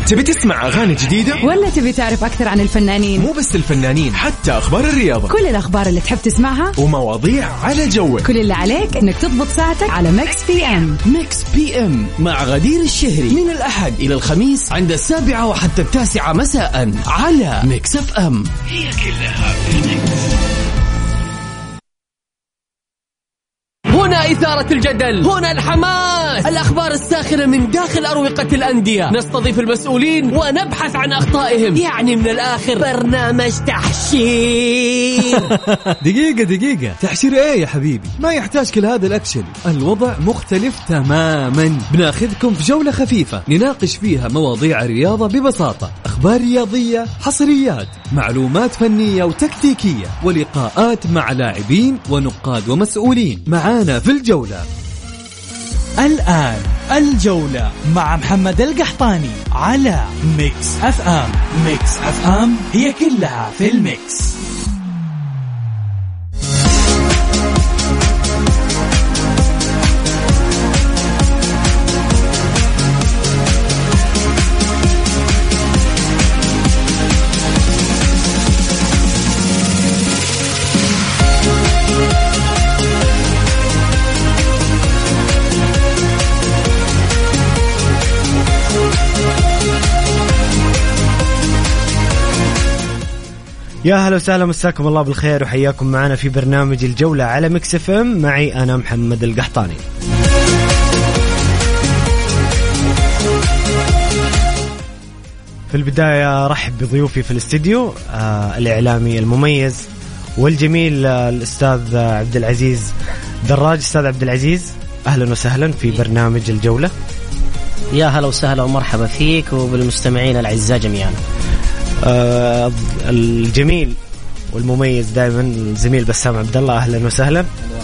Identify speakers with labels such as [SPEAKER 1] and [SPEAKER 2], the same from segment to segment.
[SPEAKER 1] تبي تسمع أغاني جديدة
[SPEAKER 2] ولا تبي تعرف أكثر عن الفنانين؟
[SPEAKER 1] مو بس الفنانين، حتى أخبار الرياضة،
[SPEAKER 2] كل الأخبار اللي تحب تسمعها
[SPEAKER 1] ومواضيع على جوك.
[SPEAKER 2] كل اللي عليك إنك تضبط ساعتك على ميكس بي ام.
[SPEAKER 3] ميكس بي ام مع غدير الشهري من الأحد إلى الخميس عند 7 وحتى 9 مساء على ميكس اف ام. هي كلها في الميكس. هنا إثارة الجدل، هنا الحماس، الأخبار الساخنة من داخل أروقة الأندية، نستضيف المسؤولين ونبحث عن أخطائهم، يعني من الآخر برنامج تحشير.
[SPEAKER 4] دقيقة تحشير ايه يا حبيبي؟ ما يحتاج كل هذا الأكشن، الوضع مختلف تماما. بناخذكم في جولة خفيفة نناقش فيها مواضيع الرياضة ببساطة، أخبار رياضية، حصريات، معلومات فنية وتكتيكية، ولقاءات مع لاعبين ونقاد ومسؤولين. معانا في الجولة.
[SPEAKER 5] الآن الجولة مع محمد القحطاني على ميكس اف ام. ميكس اف ام هي كلها في الميكس.
[SPEAKER 6] يا هلا وسهلا، مساكم الله بالخير وحياكم معنا في برنامج الجولة على ميكس اف ام. معي أنا محمد القحطاني. في البداية رحب بضيوفي في الاستديو، الإعلامي المميز والجميل الأستاذ عبد العزيز دراج. أستاذ عبد العزيز أهلا وسهلا في برنامج الجولة.
[SPEAKER 7] يا هلا وسهلا ومرحبا فيك وبالمستمعين الأعزاء جميعا.
[SPEAKER 6] الجميل والمميز دائما الزميل بسام عبد الله أهلا وسهلا.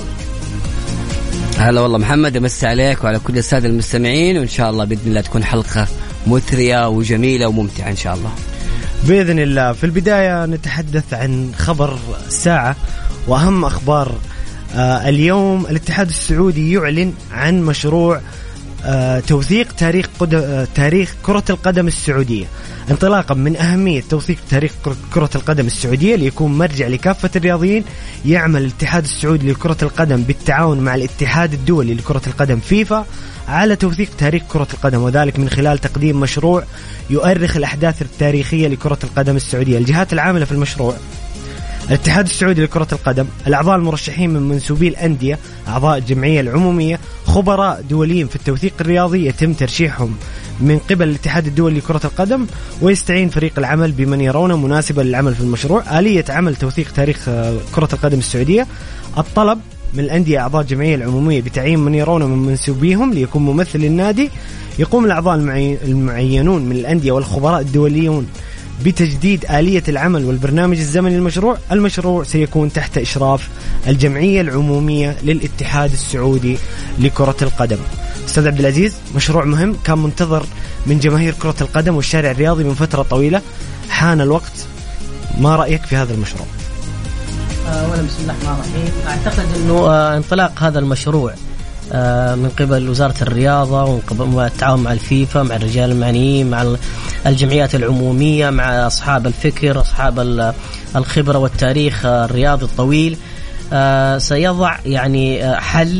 [SPEAKER 8] هلا والله محمد، أمسي عليك وعلى كل السادة المستمعين، وإن شاء الله بإذن الله تكون حلقة مثرية وجميلة وممتعة إن شاء الله
[SPEAKER 6] بإذن الله. في البداية نتحدث عن خبر الساعة وأهم أخبار اليوم. الاتحاد السعودي يعلن عن مشروع توثيق تاريخ كرة القدم السعودية، انطلاقا من أهمية توثيق تاريخ كرة القدم السعودية ليكون مرجع لكافة الرياضيين. يعمل الاتحاد السعودي لكرة القدم بالتعاون مع الاتحاد الدولي لكرة القدم فيفا على توثيق تاريخ كرة القدم، وذلك من خلال تقديم مشروع يؤرخ الأحداث التاريخية لكرة القدم السعودية. الجهات العاملة في المشروع الاتحاد السعودي لكرة القدم، الأعضاء المرشحين من منسوبي الأندية، أعضاء الجمعية العمومية، خبراء دوليين في التوثيق الرياضي يتم ترشيحهم من قبل الاتحاد الدولي لكرة القدم، ويستعين فريق العمل بمن يرونه مناسبا للعمل في المشروع. آلية عمل توثيق تاريخ كرة القدم السعودية: الطلب من الأندية أعضاء الجمعية العمومية بتعيين من يرونه من منسوبيهم ليكون ممثل للنادي. يقوم الأعضاء المعينون من الأندية والخبراء الدوليون بتجديد آلية العمل والبرنامج الزمني للمشروع. المشروع سيكون تحت إشراف الجمعية العمومية للاتحاد السعودي لكرة القدم. أستاذ عبد العزيز، مشروع مهم كان منتظر من جماهير كرة القدم والشارع الرياضي من فترة طويلة، حان الوقت. ما رأيك في هذا المشروع؟
[SPEAKER 7] أولا بسم الله الرحمن الرحيم. أعتقد أنه انطلاق هذا المشروع من قبل وزارة الرياضة والتعاون مع الفيفا، مع الرجال المعنيين، مع الجمعيات العمومية، مع أصحاب الفكر، أصحاب الخبرة والتاريخ الرياضي الطويل، سيضع يعني حل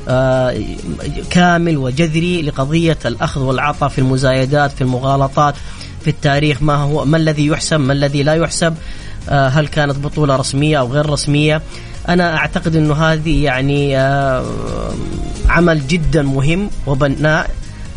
[SPEAKER 7] كامل وجذري لقضية الأخذ والعطاء في المزايدات، في المغالطات، في التاريخ. ما الذي يحسب، ما الذي لا يحسب، هل كانت بطولة رسمية أو غير رسمية. أنا أعتقد أنه هذه يعني عمل جدا مهم وبناء،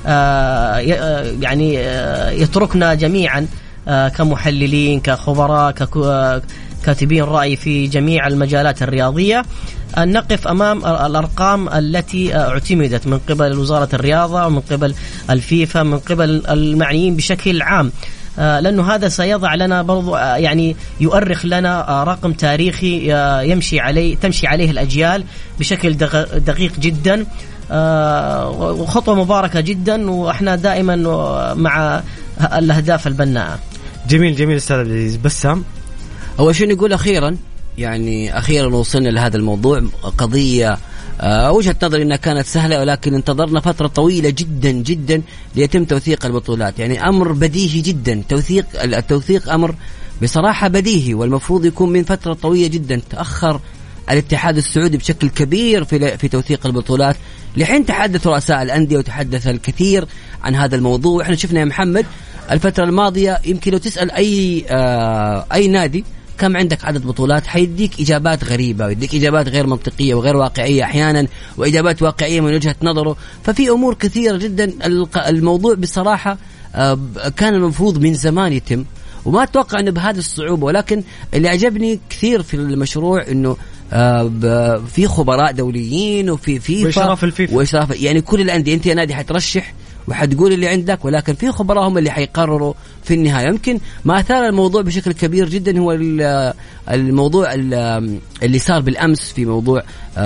[SPEAKER 7] يعني يتركنا جميعا كمحللين، كخبراء، ككاتبين رأي في جميع المجالات الرياضية أن نقف أمام الأرقام التي اعتمدت من قبل وزارة الرياضة ومن قبل الفيفا، من قبل المعنيين بشكل عام، لأنه هذا سيضع لنا برضو يعني يؤرخ لنا رقم تاريخي تمشي عليه الأجيال بشكل دقيق جدا، وخطوة مباركة جدا، وإحنا دائما مع الأهداف البناءة.
[SPEAKER 6] جميل أستاذ عبد العزيز. بسام،
[SPEAKER 8] أول شيء نقول أخيرا وصلنا لهذا الموضوع، قضية وجهة نظري أنها كانت سهلة، ولكن انتظرنا فترة طويلة جدا جدا ليتم توثيق البطولات. يعني أمر بديهي جدا، التوثيق أمر بصراحة بديهي، والمفروض يكون من فترة طويلة جدا. تأخر الاتحاد السعودي بشكل كبير في توثيق البطولات. لحين تحدث رؤساء الأندية وتحدث الكثير عن هذا الموضوع. احنا شفنا يا محمد الفترة الماضية، يمكن لو تسأل أي نادي كم عندك عدد بطولات، حيديك إجابات غريبة، ويديك إجابات غير منطقية وغير واقعية أحيانا، وإجابات واقعية من وجهة نظره. ففي أمور كثيرة جدا. الموضوع بصراحة كان المفروض من زمان يتم، وما أتوقع أنه بهذه الصعوبة. ولكن اللي عجبني كثير في المشروع أنه في خبراء دوليين وفي فيفا وإشراف يعني كل الأندية. أنت يا نادي حترشح وحتقول اللي عندك، ولكن في خبراء هم اللي حيقرروا في النهاية. يمكن ما أثار الموضوع بشكل كبير جدا هو الموضوع اللي صار بالأمس في موضوع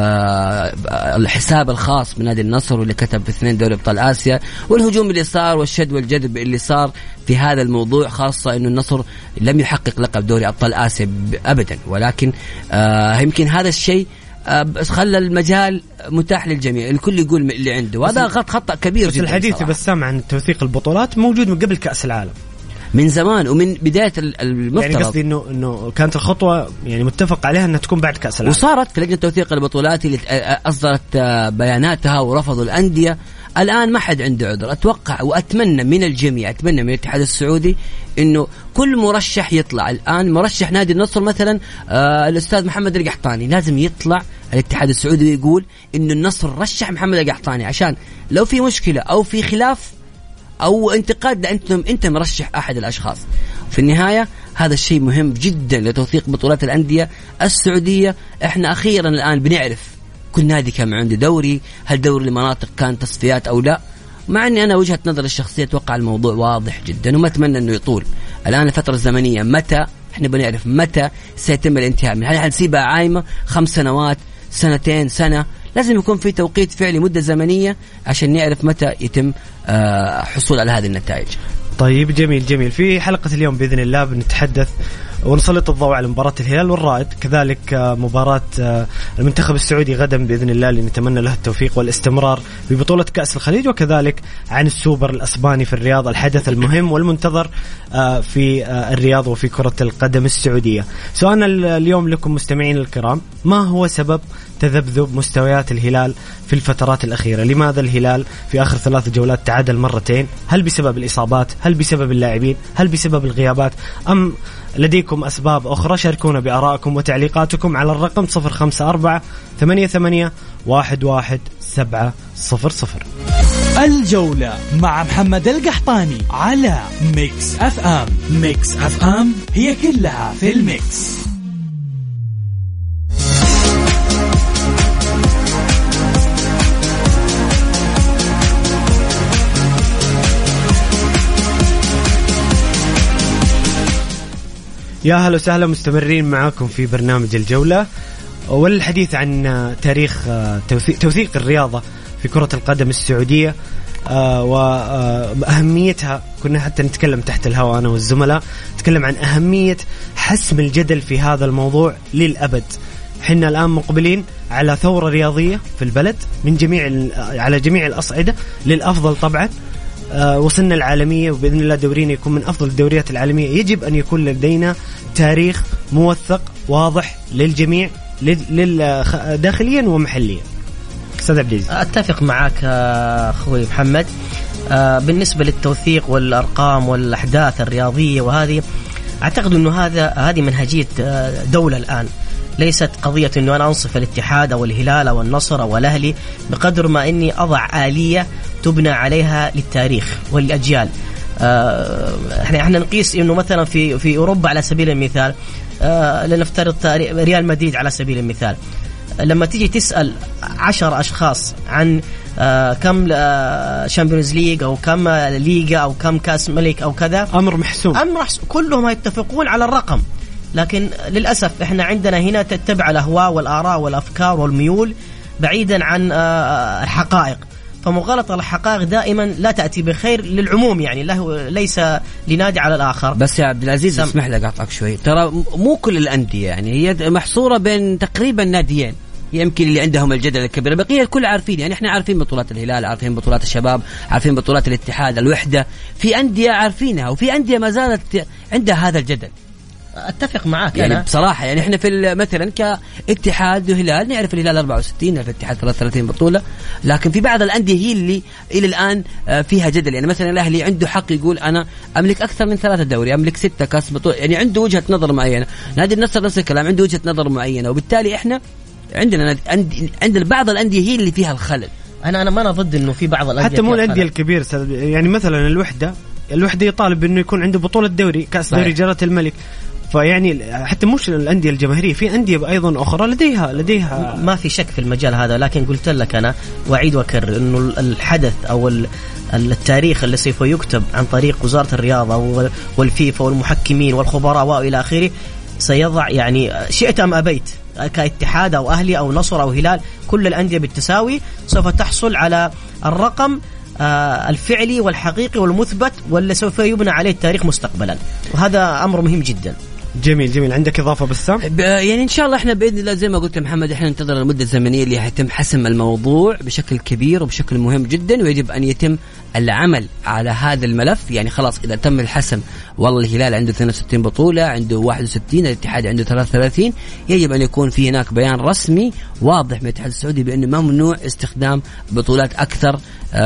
[SPEAKER 8] الحساب الخاص بنادي النصر، واللي كتب في 2 دوري أبطال آسيا، والهجوم اللي صار والشد والجذب اللي صار في هذا الموضوع، خاصة إنه النصر لم يحقق لقب دوري أبطال آسيا أبدا. ولكن يمكن هذا الشيء خلى المجال متاح للجميع، الكل يقول اللي عنده، وهذا خطأ كبير جدا.
[SPEAKER 6] الحديث بسام عن توثيق البطولات موجود من قبل كأس العالم
[SPEAKER 8] من زمان، ومن بداية المفترض
[SPEAKER 6] يعني قصدي إنه كانت الخطوة يعني متفق عليها أنها تكون بعد كأس العالم.
[SPEAKER 8] وصارت لجنة توثيق البطولات اللي أصدرت بياناتها ورفضوا الأندية. الآن ما حد عنده عذر. أتوقع وأتمنى من الجميع، أتمنى من الاتحاد السعودي إنه كل مرشح يطلع. الآن مرشح نادي النصر مثلا الأستاذ محمد القحطاني، لازم يطلع الاتحاد السعودي ويقول إنه النصر رشح محمد القحطاني، عشان لو في مشكلة أو في خلاف أو انتقاد أنت مرشح أحد الأشخاص. في النهاية هذا الشيء مهم جدا لتوثيق بطولات الأندية السعودية. إحنا أخيرا الآن بنعرف كل نادي كم عنده دوري، هل دوري المناطق كان تصفيات أو لا. مع أني أنا وجهة نظر الشخصية أتوقع الموضوع واضح جدا، وما أتمنى أنه يطول. الآن الفترة الزمنية متى، إحنا بنعرف متى سيتم الانتهاء من هل حنسيبها عايمة 5 سنوات، 2 سنة. لازم يكون في توقيت فعلي، مدة زمنية، عشان نعرف متى يتم حصول على هذه النتائج.
[SPEAKER 6] طيب جميل. في حلقة اليوم بإذن الله بنتحدث ونسلط الضوء على مباراة الهلال والرائد، كذلك مباراة المنتخب السعودي غدا بإذن الله اللي نتمنى له التوفيق والاستمرار ببطولة كأس الخليج، وكذلك عن السوبر الأسباني في الرياض، الحدث المهم والمنتظر في الرياض وفي كرة القدم السعودية. سؤالنا اليوم لكم مستمعين الكرام: ما هو سبب تذبذب مستويات الهلال في الفترات الأخيرة؟ لماذا الهلال في آخر 3 جولات تعادل مرتين؟ هل بسبب الإصابات؟ هل بسبب اللاعبين؟ هل بسبب الغيابات؟ أم لديكم أسباب أخرى؟ شاركونا بآرائكم وتعليقاتكم على الرقم 0548811700.
[SPEAKER 5] الجولة مع محمد القحطاني على ميكس اف ام. ميكس اف ام هي كلها في الميكس.
[SPEAKER 6] يا هلا وسهلا، مستمرين معاكم في برنامج الجولة والحديث عن تاريخ توثيق الرياضة في كرة القدم السعودية وأهميتها. كنا حتى نتكلم تحت الهواء أنا والزملاء، نتكلم عن أهمية حسم الجدل في هذا الموضوع للأبد. حنا الآن مقبلين على ثورة رياضية في البلد من على جميع الأصعدة للأفضل طبعا. وصلنا العالمية، وبإذن الله دورينا يكون من أفضل الدوريات العالمية. يجب أن يكون لدينا تاريخ موثق واضح للجميع داخليا ومحليا. أستاذ عبد العزيز،
[SPEAKER 7] أتفق معك أخوي محمد. بالنسبة للتوثيق والأرقام والأحداث الرياضية، وهذه أعتقد أنه هذه منهجية دولة الآن، ليست قضية أنه أنا أنصف الاتحاد أو الهلال أو النصر أو الأهلي، بقدر ما أني أضع آلية تبنى عليها للتاريخ والأجيال. احنا نقيس انه مثلا في اوروبا على سبيل المثال، لنفترض ريال مدريد على سبيل المثال، لما تيجي تسأل 10 أشخاص عن كم شامبيونز ليج أو كم ليغا أو كم كاس ملك أو كذا،
[SPEAKER 6] أمر محسوم،
[SPEAKER 7] كلهم يتفقون على الرقم. لكن للأسف احنا عندنا هنا تتبع الأهواء والآراء والأفكار والميول بعيدا عن الحقائق. فمغالطة الحقائق دائما لا تأتي بخير للعموم، يعني ليس لنادي على الآخر.
[SPEAKER 8] بس يا عبد العزيز اسمح لي أقاطعك شوي، ترى مو كل الأندية، يعني هي محصورة بين تقريبا ناديين، يمكن اللي عندهم الجدل الكبير. بقية الكل عارفين، يعني احنا عارفين بطولات الهلال، عارفين بطولات الشباب، عارفين بطولات الاتحاد، الوحدة، في أندية عارفينها وفي أندية ما زالت عندها هذا الجدل.
[SPEAKER 7] اتفق معاك
[SPEAKER 8] يعني
[SPEAKER 7] أنا.
[SPEAKER 8] بصراحه يعني احنا في مثلا كاتحاد وهلال نعرف الهلال 64 في الاتحاد 33 بطوله، لكن في بعض الانديه هي اللي الى الان فيها جدل. يعني مثلا الاهلي عنده حق يقول انا املك اكثر من 3 دوري، املك 6 كاس بطوله، يعني عنده وجهه نظر معينه. نادي النصر نفس الكلام، عنده وجهه نظر معينه، وبالتالي احنا عندنا بعض الانديه هي اللي فيها الخلل.
[SPEAKER 7] انا ما ضد انه في بعض الانديه
[SPEAKER 6] حتى مو الانديه الكبيره، يعني مثلا الوحده يطالب انه يكون عنده بطوله دوري، كاس دوري جلاله الملك. فيعني حتى مش الأندية الجماهيرية، في أندية أيضا أخرى لديها
[SPEAKER 7] ما في شك في المجال هذا. لكن قلت لك أنا وأعيد وأكرر إنه الحدث أو التاريخ اللي سوف يكتب عن طريق وزارة الرياضة والفيفا والمحكمين والخبراء وإلى آخره سيضع، يعني شئت أم أبيت، كاتحاد أو أهلي أو نصر أو هلال، كل الأندية بالتساوي سوف تحصل على الرقم الفعلي والحقيقي والمثبت واللي سوف يبنى عليه التاريخ مستقبلا، وهذا أمر مهم جدا.
[SPEAKER 6] جميل. عندك إضافة بسام؟
[SPEAKER 8] يعني إن شاء الله إحنا بإذن الله زي ما قلت محمد، إحنا ننتظر المدة الزمنية اللي هيتم حسم الموضوع بشكل كبير وبشكل مهم جدا، ويجب أن يتم العمل على هذا الملف. يعني خلاص إذا تم الحسم، والله الهلال عنده 62 بطولة، عنده 61، الاتحاد عنده 33، يجب أن يكون في هناك بيان رسمي واضح من الاتحاد السعودي بأنه ممنوع استخدام بطولات أكثر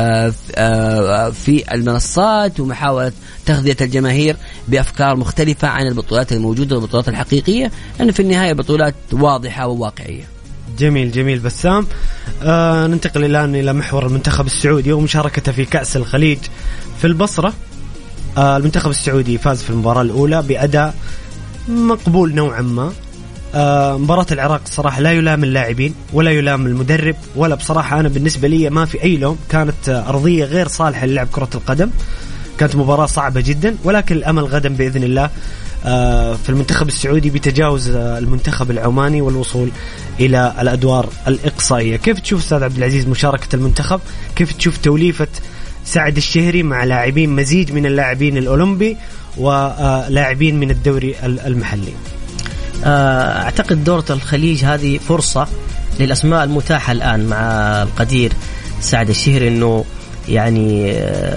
[SPEAKER 8] في المنصات، ومحاولة تغذية الجماهير بأفكار مختلفة عن البطولات الموجودة والبطولات الحقيقية، لأن في النهاية بطولات واضحة وواقعية.
[SPEAKER 6] جميل بسام. ننتقل الآن إلى محور المنتخب السعودي ومشاركته في كأس الخليج في البصرة. المنتخب السعودي فاز في المباراة الأولى بأداء مقبول نوعا ما. مباراة العراق صراحة لا يلام اللاعبين ولا يلام المدرب، ولا بصراحة أنا بالنسبة لي ما في أي لوم. كانت أرضية غير صالحة للعب كرة القدم، كانت مباراة صعبة جدا، ولكن الأمل غدا بإذن الله في المنتخب السعودي بتجاوز المنتخب العماني والوصول إلى الأدوار الإقصائية. كيف تشوف أستاذ عبد العزيز مشاركة المنتخب؟ كيف تشوف توليفة سعد الشهري مع لاعبين مزيج من اللاعبين الأولمبي ولاعبين من الدوري المحلي؟
[SPEAKER 7] أعتقد دورة الخليج هذه فرصة للأسماء المتاحة الآن مع القدير سعد الشهري، إنه يعني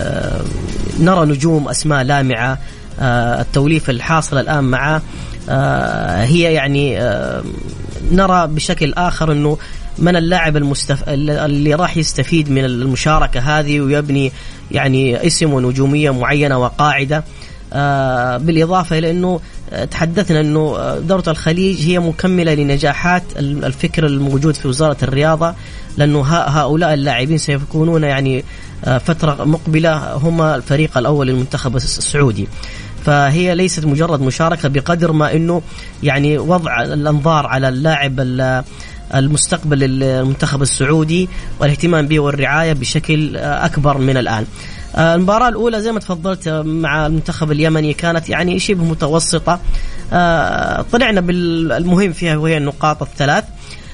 [SPEAKER 7] نرى نجوم أسماء لامعة. التوليفة الحاصلة الآن معه هي يعني نرى بشكل آخر إنه من اللاعب اللي راح يستفيد من المشاركة هذه ويبني يعني اسم ونجومية معينة وقاعدة. بالإضافة إلى أنه تحدثنا أنه دورة الخليج هي مكملة لنجاحات الفكر الموجود في وزارة الرياضة، لأنه هؤلاء اللاعبين سيكونون يعني فترة مقبلة هم الفريق الأول للمنتخب السعودي. فهي ليست مجرد مشاركة بقدر ما أنه يعني وضع الأنظار على اللاعب المستقبل المنتخب السعودي والاهتمام به والرعاية بشكل أكبر من الآن. المباراة الأولى زي ما تفضلت مع المنتخب اليمني كانت يعني شبه متوسطة. طلعنا بالمهم فيها وهي النقاط الثلاث.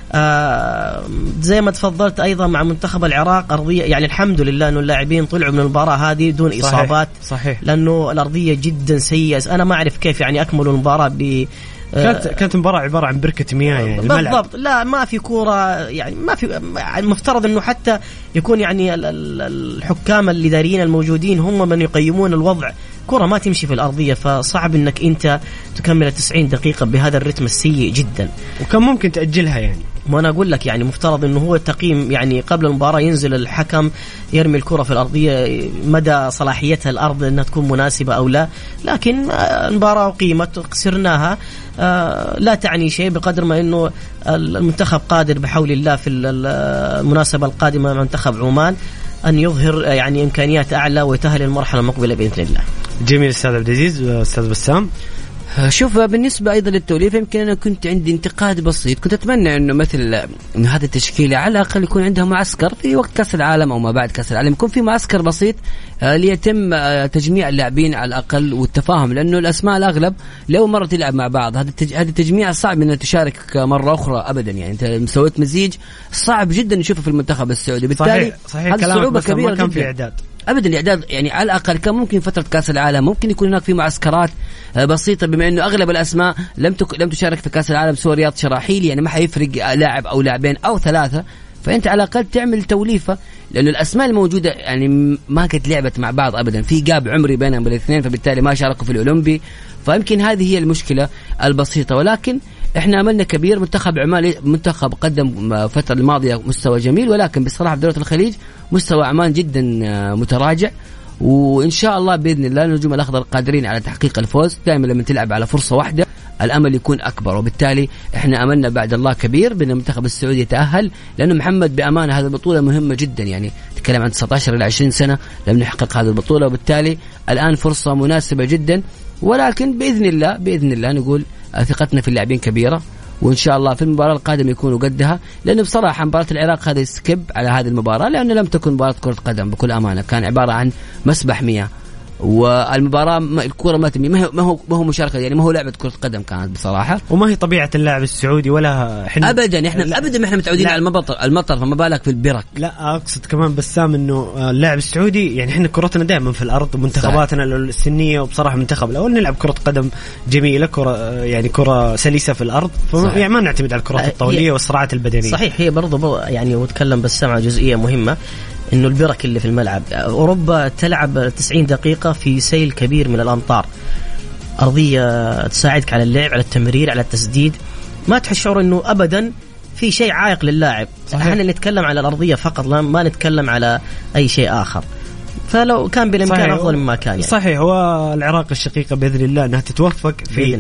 [SPEAKER 7] زي ما تفضلت أيضا مع منتخب العراق أرضية، يعني الحمد لله أنه اللاعبين طلعوا من المباراة هذه دون إصابات.
[SPEAKER 6] صحيح.
[SPEAKER 7] لأنه الأرضية جدا سيئة. أنا ما أعرف كيف يعني أكملوا المباراة
[SPEAKER 6] كانت مباراة عبارة عن بركة مياه يعني
[SPEAKER 7] بالضبط. لا ما في كورة، يعني ما في. المفترض انه حتى يكون يعني الحكام الإداريين الموجودين هم من يقيمون الوضع. كرة ما تمشي في الأرضية، فصعب انك انت تكمل 90 دقيقة بهذا الرتم السيء جدا،
[SPEAKER 6] وكان ممكن تأجلها يعني.
[SPEAKER 7] وانا اقول لك يعني مفترض انه هو تقييم، يعني قبل المباراة ينزل الحكم يرمي الكرة في الأرضية مدى صلاحيتها الأرض انها تكون مناسبة او لا. لكن المباراة قيمت خسرناها لا تعني شيء، بقدر ما انه المنتخب قادر بحول الله في المناسبة القادمة مع منتخب عمان أن يظهر يعني إمكانيات أعلى ويتأهل المرحلة المقبلة بإذن الله.
[SPEAKER 6] جميل أستاذ عبد العزيز. أستاذ بسام،
[SPEAKER 8] شوف بالنسبة أيضا للتوليفة يمكن أنا كنت عندي انتقاد بسيط. كنت أتمنى أنه مثل إنه هذه التشكيلة على الأقل يكون عندها معسكر في وقت كأس العالم أو ما بعد كأس العالم، يكون في معسكر بسيط ليتم تجميع اللاعبين على الأقل والتفاهم، لأنه الأسماء الأغلب لو مرة تلعب مع بعض هذه التجميع صعب أن تشارك مرة أخرى أبدا. يعني أنت مسويت مزيج صعب جدا نشوفه في المنتخب السعودي، بالتالي
[SPEAKER 6] صحيح
[SPEAKER 8] هذه صعوبة كبيرة
[SPEAKER 6] كان في إعداد.
[SPEAKER 8] ابدا الاعداد يعني على الاقل كان ممكن فتره كاس العالم ممكن يكون هناك في معسكرات بسيطه، بما انه اغلب الاسماء لم تشارك في كاس العالم سوى رياض شراحيل، يعني ما حيفرق لاعب او لاعبين او ثلاثه، فانت على الاقل تعمل توليفه، لانه الاسماء الموجوده يعني ما كانت لعبت مع بعض ابدا، في جاب عمري بينهم الاثنين، فبالتالي ما شاركوا في الاولمبي، فيمكن هذه هي المشكله البسيطه. ولكن احنا عملنا كبير. منتخب عمان منتخب قدم الفتره الماضيه مستوى جميل، ولكن بصراحه في دوله الخليج مستوى عمان جدا متراجع، وإن شاء الله بإذن الله النجوم الأخضر قادرين على تحقيق الفوز. دائما لما تلعب على فرصة واحدة الأمل يكون أكبر، وبالتالي إحنا أملنا بعد الله كبير بأن المنتخب السعودي يتأهل، لأنه محمد بأمانة هذه البطولة مهمة جدا، يعني تتكلم عن 19 إلى 20 سنة لم نحقق هذه البطولة، وبالتالي الآن فرصة مناسبة جدا. ولكن بإذن الله نقول ثقتنا في اللاعبين كبيرة، وإن شاء الله في المباراة القادمة يكونوا قدها، لأنه بصراحة مباراة العراق هذا سكيب على هذه المباراة، لأنه لم تكن مباراة كرة قدم بكل أمانة، كان عبارة عن مسبح مياه، والمباراة الكرة ما تمي، ما هو مشاركة، يعني ما هو لعبة كرة قدم كانت بصراحة،
[SPEAKER 6] وما هي طبيعة اللاعب السعودي ولا
[SPEAKER 8] أبدا. إحنا متعودين على المطر، فما بالك في البرك.
[SPEAKER 6] لا أقصد كمان بسام إنه اللاعب السعودي يعني إحنا كرتنا دائما في الأرض، منتخباتنا السنية، وبصراحة منتخب الأول نلعب كرة قدم جميلة، كرة سلسة في الأرض، يعني ما نعتمد على الكرات الطولية والصراعات البدنية.
[SPEAKER 7] صحيح، هي برضو يعني وتكلم بسام على جزئية مهمة، إنه البرك اللي في الملعب. أوروبا تلعب 90 دقيقة في سيل كبير من الأمطار، أرضية تساعدك على اللعب، على التمرير، على التسديد، ما تشعر إنه أبدا في شيء عائق للاعب. احنا نتكلم على الأرضية فقط، ما نتكلم على أي شيء آخر، فلو كان بالإمكان أفضل مما كان يعني.
[SPEAKER 6] صحيح. هو العراق الشقيقة بإذن الله أنها تتوفق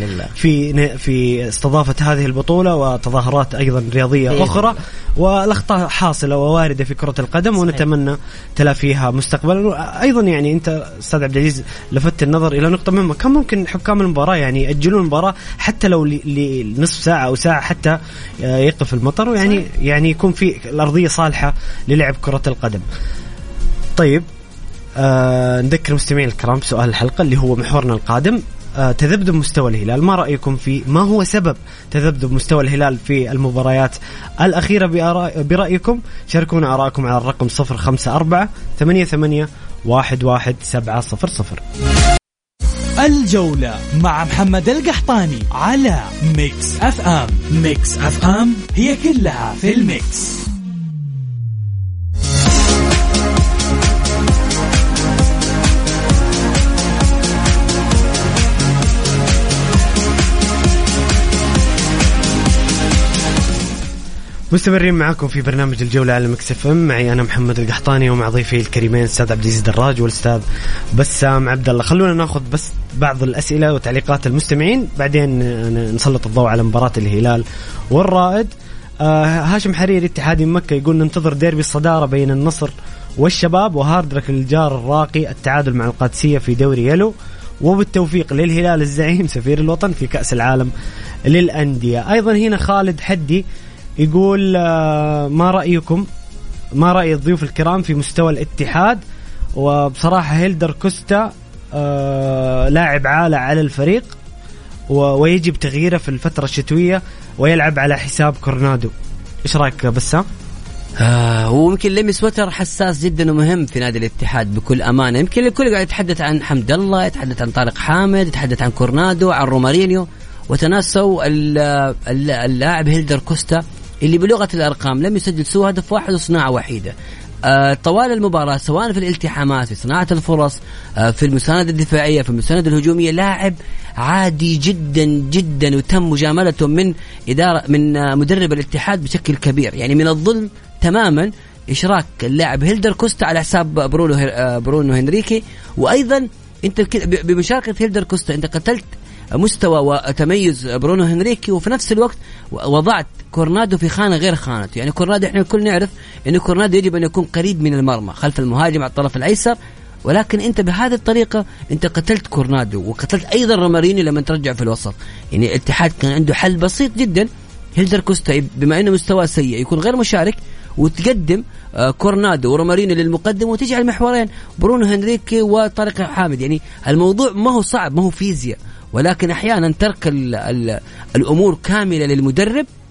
[SPEAKER 6] في استضافة هذه البطولة، وتظاهرات أيضا رياضية أخرى، والأخطاء حاصلة وواردة في كرة القدم، ونتمنى تلافيها مستقبلا. أيضا يعني أنت أستاذ عبد العزيز لفت النظر إلى نقطة مهمة، كان ممكن حكام المباراة يعني يأجلون المباراة حتى لو لنصف ساعة أو ساعة حتى يقف المطر، ويعني يكون في الأرضية صالحة للعب كرة القدم. طيب نذكر مستمعين الكرام سؤال الحلقة اللي هو محورنا القادم، تذبذب مستوى الهلال، ما رأيكم فيه؟ ما هو سبب تذبذب مستوى الهلال في المباريات الأخيرة برأيكم؟ شاركونا آراءكم على الرقم 0548811700.
[SPEAKER 5] الجولة مع محمد القحطاني على ميكس اف ام. ميكس اف ام هي كلها في الميكس.
[SPEAKER 6] مستمرين معكم في برنامج الجولة على ميكس اف ام، معي أنا محمد القحطاني ومع ضيفي الكريمين الأستاذ عبد العزيز دراج والأستاذ بسام عبد الله. خلونا ناخذ بس بعض الأسئلة وتعليقات المستمعين، بعدين نسلط الضوء على مباراة الهلال والرائد. هاشم حريري اتحادي مكة يقول ننتظر ديربي الصدارة بين النصر والشباب، وهاردرك الجار الراقي التعادل مع القادسية في دوري يلو، وبالتوفيق للهلال الزعيم سفير الوطن في كأس العالم للأندية. أيضا هنا خالد حدي يقول ما رأيكم، ما رأي الضيوف الكرام في مستوى الاتحاد؟ وبصراحة هيلدر كوستا لاعب عالة على الفريق، ويجب تغييره في الفترة الشتوية ويلعب على حساب كورنادو. إيش رأيك بسام؟
[SPEAKER 8] هو يمكن لمس وتر حساس جدا ومهم في نادي الاتحاد بكل أمانة. يمكن الكل قاعد يتحدث عن حمد الله، يتحدث عن طارق حامد، يتحدث عن كورنادو، عن رومارينيو، وتناسوا اللاعب هيلدر كوستا اللي بلغة الأرقام لم يسجل سوى هدف واحد وصناعة وحيدة طوال المباراة، سواء في الالتحامات، في صناعة الفرص، في المساندة الدفاعية، في المساندة الهجومية. لاعب عادي جدا جدا، وتم مجاملته من مدرب الاتحاد بشكل كبير. يعني من الظلم تماما إشراك اللاعب هيلدر كوستا على حساب برونو هنريكي. وأيضا أنت بمشاركة هيلدر كوستا أنت قتلت مستوى وتميز برونو هنريكي، وفي نفس الوقت وضعت كورنادو في خانة غير خانته. يعني كورنادو احنا الكل نعرف ان كورنادو يجب ان يكون قريب من المرمى خلف المهاجم على الطرف الايسر، ولكن انت بهذه الطريقة انت قتلت كورنادو وقتلت ايضا رومارينيو لما ترجع في الوسط. يعني الاتحاد كان عنده حل بسيط جدا، هيلدر كوستا بما انه مستوى سيء يكون غير مشارك، وتقدم كورنادو ورومارينيو للمقدم، وتجي على المحورين برونو هنريكي وطارق حامد. يعني الموضوع ما هو صعب، ما هو فيزياء، ولكن أحيانا ترك الأمور كاملة للمدرب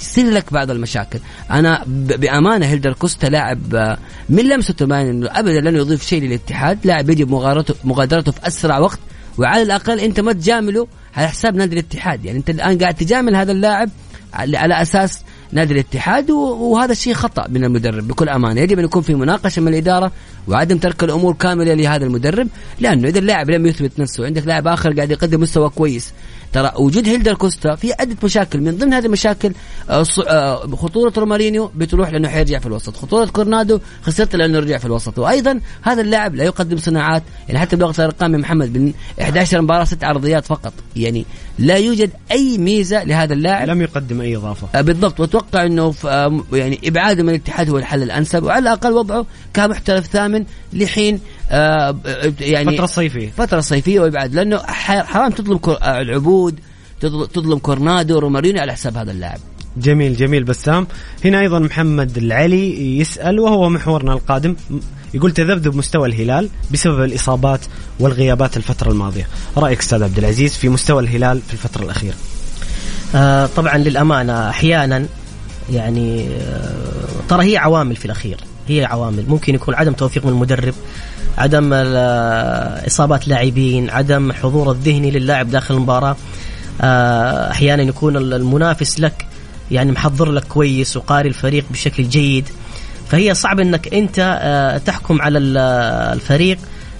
[SPEAKER 8] يصير لك بعض المشاكل. أنا بأمانة هيلدر كوستا لاعب من لمسه تبان إنه أبدا لن يضيف شيء للاتحاد، لاعب يجب مغادرته في أسرع وقت، وعلى الأقل أنت ما تجامله على حساب نادي الاتحاد. يعني أنت الآن قاعد تجامل هذا اللاعب على أساس نادي الاتحاد، وهذا الشيء خطأ من المدرب بكل أمانة. يجب أن يكون في مناقشة من الإدارة وعدم ترك الأمور كاملة لهذا المدرب، لأنه إذا اللاعب لم يثبت نفسه عندك لاعب آخر قاعد يقدم مستوى كويس. ترى وجود هيلدر كوستا في عدة مشاكل، من ضمن هذه المشاكل خطورة رومارينيو بتروح لأنه حيرجع في الوسط، خطورة كورنادو خسرت لأنه رجع في الوسط، وأيضا هذا اللاعب لا يقدم صناعات. يعني حتى بلغة الأرقام يا محمد من 11 مباراة 6 عرضيات فقط، يعني لا يوجد أي ميزة لهذا اللاعب،
[SPEAKER 6] لم يقدم أي إضافة
[SPEAKER 8] بالضبط. وأتوقع أنه يعني إبعاده من الاتحاد هو الحل الأنسب، وعلى الأقل وضعه كمحترف ثامن لحين يعني فترة صيفية ويبعد، لأنه حرام تظلم العبود، تظلم كورنادو رومارينيو على حساب هذا اللاعب.
[SPEAKER 6] جميل بسام. هنا أيضا محمد العلي يسأل وهو محورنا القادم، يقول تذبذب مستوى الهلال بسبب الإصابات والغيابات الفترة الماضية، رأيك أستاذ عبد العزيز في مستوى الهلال في الفترة الأخيرة؟
[SPEAKER 7] طبعا للأمانة أحيانا يعني ترى هي عوامل في الأخير، هي عوامل ممكن يكون عدم توفيق من المدرب، عدم إصابات لاعبين، عدم حضور الذهني للاعب داخل المباراة. أحيانا يكون المنافس لك يعني محضر لك كويس وقاري الفريق بشكل جيد، فهي صعب أنك أنت تحكم على الفريق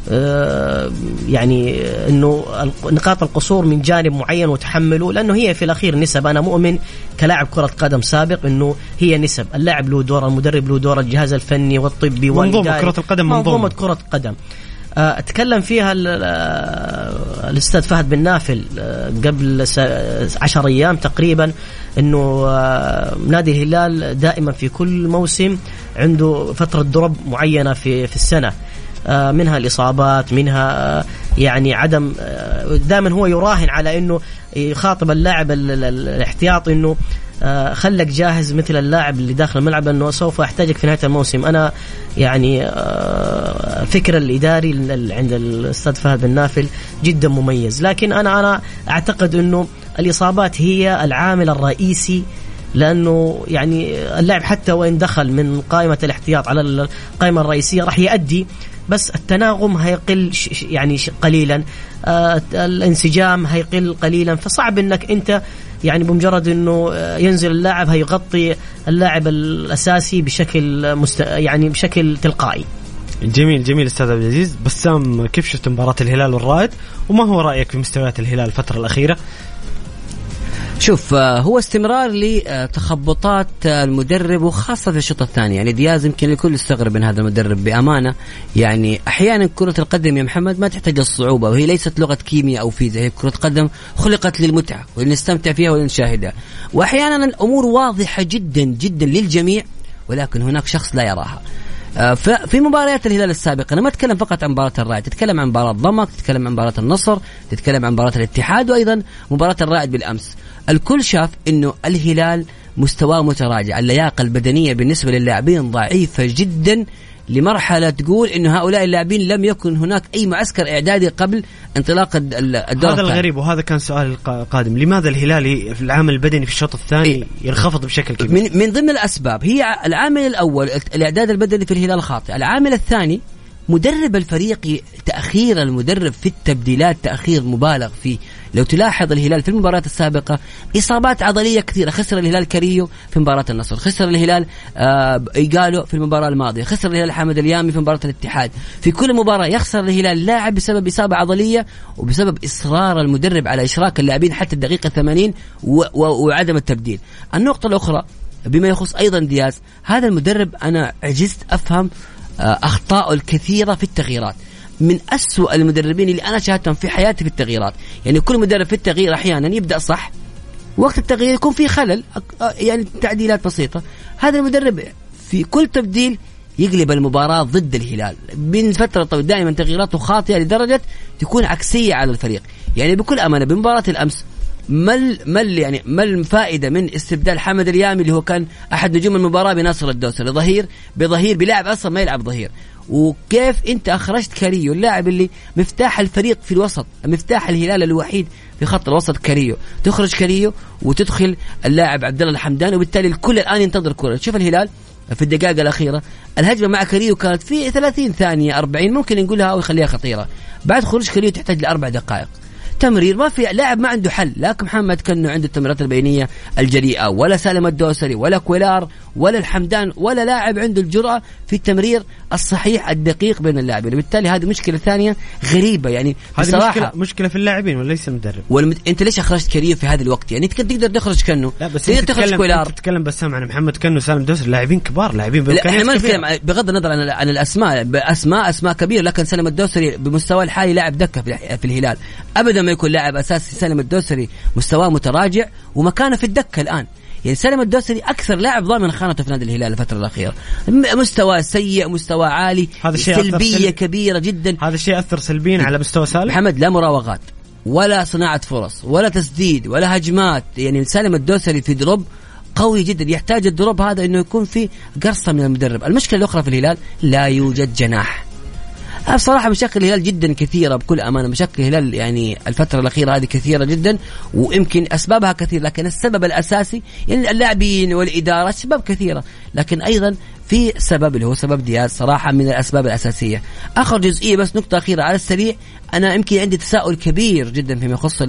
[SPEAKER 7] يعني أنه نقاط القصور من جانب معين وتحمله، لأنه هي في الأخير نسب. أنا مؤمن كلاعب كرة قدم سابق أنه هي نسب، اللاعب له دور، المدرب له دور، الجهاز الفني والطبي
[SPEAKER 6] منظومة كرة القدم،
[SPEAKER 7] منظومة كرة قدم. أتكلم فيها الأستاذ فهد بن نافل قبل 10 أيام تقريبا، أنه نادي الهلال دائما في كل موسم عنده فترة درب معينة في السنة، منها الإصابات، منها يعني عدم، دائما هو يراهن على أنه يخاطب اللاعب الاحتياط أنه خلك جاهز مثل اللاعب اللي داخل الملعب أنه سوف أحتاجك في نهاية الموسم. أنا يعني فكر الإداري عند الأستاذ فهد بن نافل جدا مميز، لكن أنا أعتقد أنه الإصابات هي العامل الرئيسي، لأنه يعني اللاعب حتى وإن دخل من قائمة الاحتياط على القائمة الرئيسية راح يؤدي، بس التناغم هيقل يعني قليلا، الانسجام هيقل قليلا، فصعب انك انت يعني بمجرد انه ينزل اللاعب هيغطي اللاعب الاساسي بشكل يعني بشكل تلقائي.
[SPEAKER 6] جميل استاذ عبد العزيز. بسام، كيف شفت مباراة الهلال والرائد، وما هو رأيك في مستويات الهلال الفترة الأخيرة؟
[SPEAKER 8] شوف، هو استمرار لتخبطات المدرب، وخاصة في الشوط الثاني. يعني دياز يمكن الكل يستغرب من هذا المدرب بأمانة. يعني أحيانا كرة القدم يا محمد ما تحتاج الصعوبة، وهي ليست لغة كيمياء أو فيزياء، هي كرة قدم خلقت للمتعة ولنستمتع فيها ولنشاهدها، وأحيانا الأمور واضحة جدا جدا للجميع، ولكن هناك شخص لا يراها. في مباريات الهلال السابقة، أنا ما أتكلم فقط عن مباراة الرائد، تتكلم عن مباراة ضمك، تتكلم عن مباراة النصر، تتكلم عن مباراة الاتحاد، وأيضا مباراة الرائد بالأمس. الكل شاف إنه الهلال مستواه متراجع، اللياقة البدنية بالنسبة للاعبين ضعيفة جدا، لمرحلة تقول إنه هؤلاء اللاعبين لم يكن هناك أي معسكر إعدادي قبل انطلاق الدورة.
[SPEAKER 6] هذا الغريب، وهذا كان سؤال القادم، لماذا الهلالي في العامل البدني في الشوط الثاني ينخفض بشكل كبير؟
[SPEAKER 8] من ضمن الأسباب هي العامل الأول الإعداد البدني في الهلال خاطئ، العامل الثاني مدرب الفريق، تأخير المدرب في التبديلات تأخير مبالغ فيه. لو تلاحظ الهلال في المباراة السابقة إصابات عضلية كثيرة، خسر الهلال كريو في مباراة النصر، خسر الهلال إيجالو في المباراة الماضية، خسر الهلال حمد اليامي في مباراة الاتحاد. في كل مباراة يخسر الهلال لاعب بسبب إصابة عضلية، وبسبب إصرار المدرب على إشراك اللاعبين حتى الدقيقة 80 وعدم التبديل. النقطة الأخرى بما يخص أيضا دياز، هذا المدرب أنا عجزت أفهم أخطاء الكثيرة في التغييرات، من أسوأ المدربين اللي أنا شاهدتهم في حياتي في التغييرات. يعني كل مدرب في التغيير أحيانا يبدأ صح، وقت التغيير يكون في خلل، يعني تعديلات بسيطة. هذا المدرب في كل تبديل يقلب المباراة ضد الهلال من فترة طويلة، دائما تغييراته خاطئة لدرجة تكون عكسية على الفريق. يعني بكل أمانة بمباراة الأمس ما الفائدة من استبدال حمد اليامي اللي هو كان أحد نجوم المباراة بناصر الدوسري بظهير بلاعب أصلا ما يلعب ظهير، وكيف أنت أخرجت كاريو اللاعب اللي مفتاح الفريق في الوسط، مفتاح الهلال الوحيد في خط الوسط كاريو، تخرج كاريو وتدخل اللاعب عبد الله الحمدان، وبالتالي الكل الآن ينتظر كرة. شوف الهلال في الدقائق الأخيرة الهجمة مع كاريو كانت في 30 ثانية 40 ممكن نقولها أو يخليها خطيرة. بعد خروج كاريو تحتاج ل4 دقائق تمرير، ما في لاعب ما عنده حل، لكن محمد كنو عنده التمريرات البينية الجريئة، ولا سالم الدوسري ولا كويلار ولا الحمدان ولا لاعب عنده الجرأة في التمرير الصحيح الدقيق بين اللاعبين. وبالتالي هذه مشكلة ثانية غريبة يعني
[SPEAKER 6] هذه مشكلة في اللاعبين وليس المدرب.
[SPEAKER 8] انت ليش اخرجت كاريو في هذا الوقت؟ يعني تقدر تخرج كنو،
[SPEAKER 6] لا بس
[SPEAKER 8] تقدر تخرج كويلار.
[SPEAKER 6] تتكلم بسام عن محمد كنو سالم دوسري، لاعبين كبار، لاعبين
[SPEAKER 8] بغض النظر عن الاسماء، اسماء كبيرة، لكن سالم الدوسري بمستوى الحالي لاعب دكة في الهلال، ابدا ما يكون لاعب اساسي. سالم الدوسري مستواه متراجع ومكانه في الدكة الان. يعني سالم الدوسري أكثر لاعب ضامن خانته في نادي الهلال الفترة الأخيرة، مستوى سيء، مستوى عالي، سلبية كبيرة جدا.
[SPEAKER 6] هذا الشيء أثر سلبيا على مستوى سالم.
[SPEAKER 8] محمد لا مراوغات ولا صناعة فرص ولا تسديد ولا هجمات. يعني سالم الدوسري في دروب قوي جدا، يحتاج الدروب هذا إنه يكون في قرصة من المدرب. المشكلة الأخرى في الهلال لا يوجد جناح. بصراحة مشاكل الهلال جدا كثيرة، بكل أمانة مشاكل الهلال يعني الفترة الأخيرة هذه كثيرة جدا، ويمكن أسبابها كثير، لكن السبب الأساسي يعني اللاعبين والإدارة، أسباب كثيرة، لكن أيضا في سبب اللي هو سبب دياز صراحة من الأسباب الأساسية. آخر جزئية بس نقطة أخيرة على السريع، أنا يمكن عندي تساؤل كبير جدا فيما يخص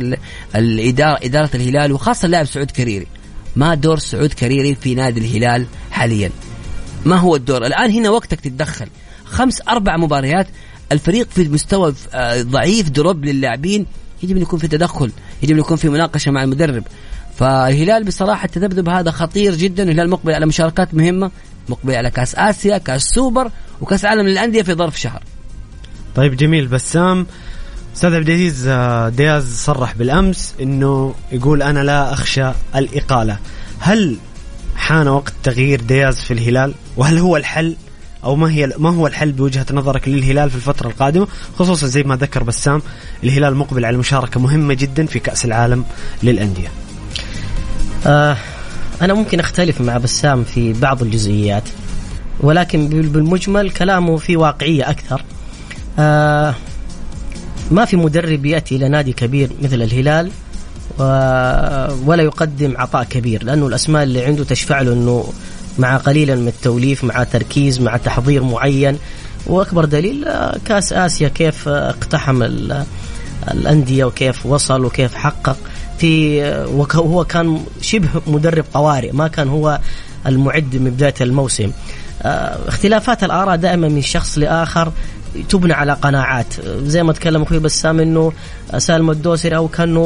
[SPEAKER 8] إدارة الهلال وخاصة اللاعب سعود كريري. ما دور سعود كريري في نادي الهلال حاليا؟ ما هو الدور الآن؟ هنا وقتك تتدخل. 5-4 مباريات الفريق في مستوى ضعيف، دروب للاعبين، يجب أن يكون في تدخل، يجب أن يكون في مناقشة مع المدرب. فالهلال بصراحة التذبذب هذا خطير جدا. الهلال مقبل على مشاركات مهمة، مقبل على كأس آسيا، كأس سوبر، وكأس عالم للأندية في ظرف شهر.
[SPEAKER 6] طيب جميل. بسام، أستاذ عبد العزيز دياز صرح بالأمس إنه يقول أنا لا أخشى الإقالة. هل حان وقت تغيير دياز في الهلال؟ وهل هو الحل أو ما هو الحل بوجهة نظرك للهلال في الفترة القادمة، خصوصا زي ما ذكر بسام الهلال مقبل على مشاركة مهمة جدا في كأس العالم للأندية؟
[SPEAKER 7] أنا ممكن أختلف مع بسام في بعض الجزئيات، ولكن بالمجمل كلامه في واقعية أكثر. ما في مدرب يأتي إلى نادي كبير مثل الهلال ولا يقدم عطاء كبير، لأنه الأسماء اللي عنده تشفع له أنه مع قليلا من التوليف، مع تركيز، مع تحضير معين. وأكبر دليل كأس آسيا كيف اقتحم الأندية وكيف وصل وكيف حقق وهو كان شبه مدرب طوارئ، ما كان هو المعد من بداية الموسم. اختلافات الآراء دائما من شخص لآخر تبنى على قناعات، زي ما تكلم أخوي بسام إنه سالم الدوسري أو كانوا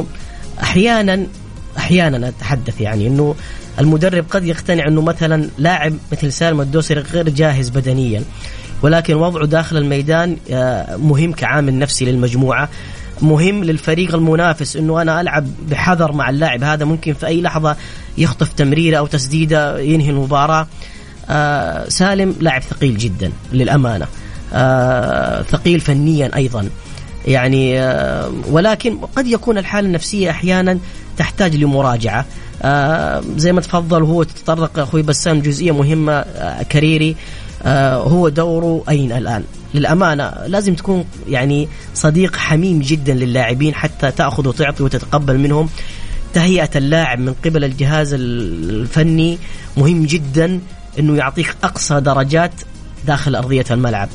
[SPEAKER 7] أحيانا أتحدث يعني إنه المدرب قد يقتنع أنه مثلا لاعب مثل سالم الدوسري غير جاهز بدنيا، ولكن وضعه داخل الميدان مهم كعامل نفسي للمجموعة، مهم للفريق المنافس، أنه أنا ألعب بحذر مع اللاعب هذا، ممكن في أي لحظة يخطف تمريرة أو تسديدة ينهي المباراة. سالم لاعب ثقيل جدا للأمانة، ثقيل فنيا أيضا يعني، ولكن قد يكون الحالة النفسية أحيانا تحتاج لمراجعة. زي ما تفضل هو تطرق أخوي بسام جزئية مهمة، كريري هو دوره أين الآن؟ للأمانة لازم تكون يعني صديق حميم جدا للاعبين حتى تأخذ وتعطي وتتقبل منهم. تهيئة اللاعب من قبل الجهاز الفني مهم جدا، أنه يعطيك أقصى درجات داخل أرضية الملعب.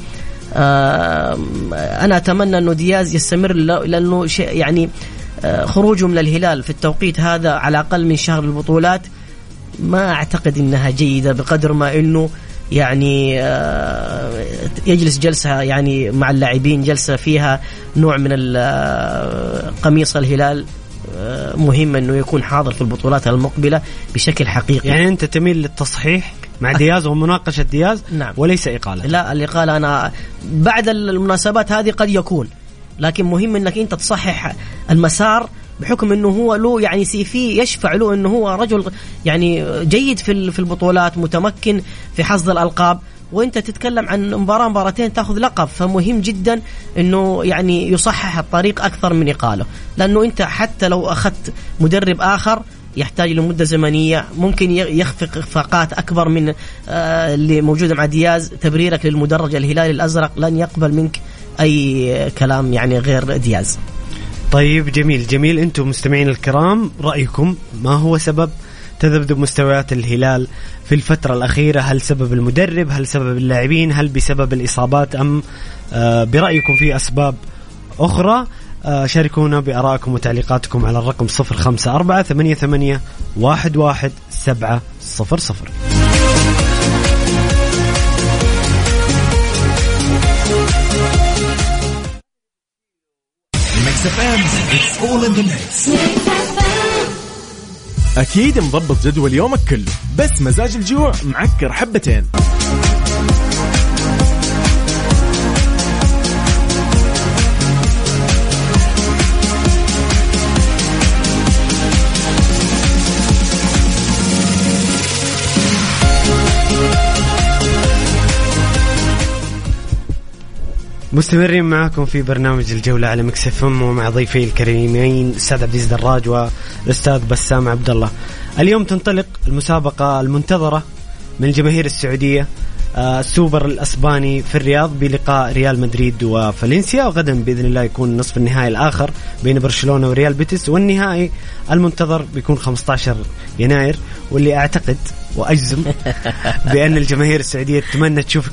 [SPEAKER 7] أنا أتمنى أنه دياز يستمر، لأنه شيء يعني خروجه من الهلال في التوقيت هذا على أقل من شهر البطولات ما أعتقد أنها جيدة، بقدر ما أنه يعني يجلس جلسة يعني مع اللاعبين، جلسة فيها نوع من قميص الهلال. مهم أنه يكون حاضر في البطولات المقبلة بشكل حقيقي.
[SPEAKER 6] يعني أنت تميل للتصحيح مع دياز ومناقشة دياز؟
[SPEAKER 7] نعم.
[SPEAKER 6] وليس إقالة؟
[SPEAKER 7] لا، الإقالة أنا بعد المناسبات هذه قد يكون، لكن مهم أنك أنت تصحح المسار، بحكم أنه هو له يعني سيفي يشفع له أنه هو رجل يعني جيد في البطولات، متمكن في حصد الألقاب، وأنت تتكلم عن مباراتين تأخذ لقب، فمهم جدا أنه يعني يصحح الطريق أكثر من إقالة، لأنه أنت حتى لو أخذت مدرب آخر يحتاج لمدة زمنية، ممكن يخفق إخفاقات أكبر من اللي موجودة مع دياز. تبريرك للمدرج الهلال الأزرق لن يقبل منك أي كلام يعني غير دياز.
[SPEAKER 6] طيب جميل. أنتم مستمعين الكرام، رأيكم ما هو سبب تذبذب مستويات الهلال في الفترة الأخيرة؟ هل سبب المدرب؟ هل سبب اللاعبين؟ هل بسبب الإصابات؟ أم برأيكم في أسباب أخرى؟ شاركونا بآرائكم وتعليقاتكم على الرقم 0548811700.
[SPEAKER 1] أكيد مضبط جدول يومك كله، بس مزاج الجوع معكر حبتين.
[SPEAKER 6] مستمرين معكم في برنامج الجولة على مكس اف ام، ومع ضيفي الكريمين الأستاذ عبد العزيز دراج والأستاذ بسام عبد الله. اليوم تنطلق المسابقة المنتظرة من الجماهير السعودية، السوبر الأسباني في الرياض بلقاء ريال مدريد وفالنسيا، وغدا بإذن الله يكون نصف النهائي الآخر بين برشلونة وريال بيتيس، والنهائي المنتظر بيكون 15 يناير، واللي أعتقد وأجزم بأن الجماهير السعودية تتمنى تشوف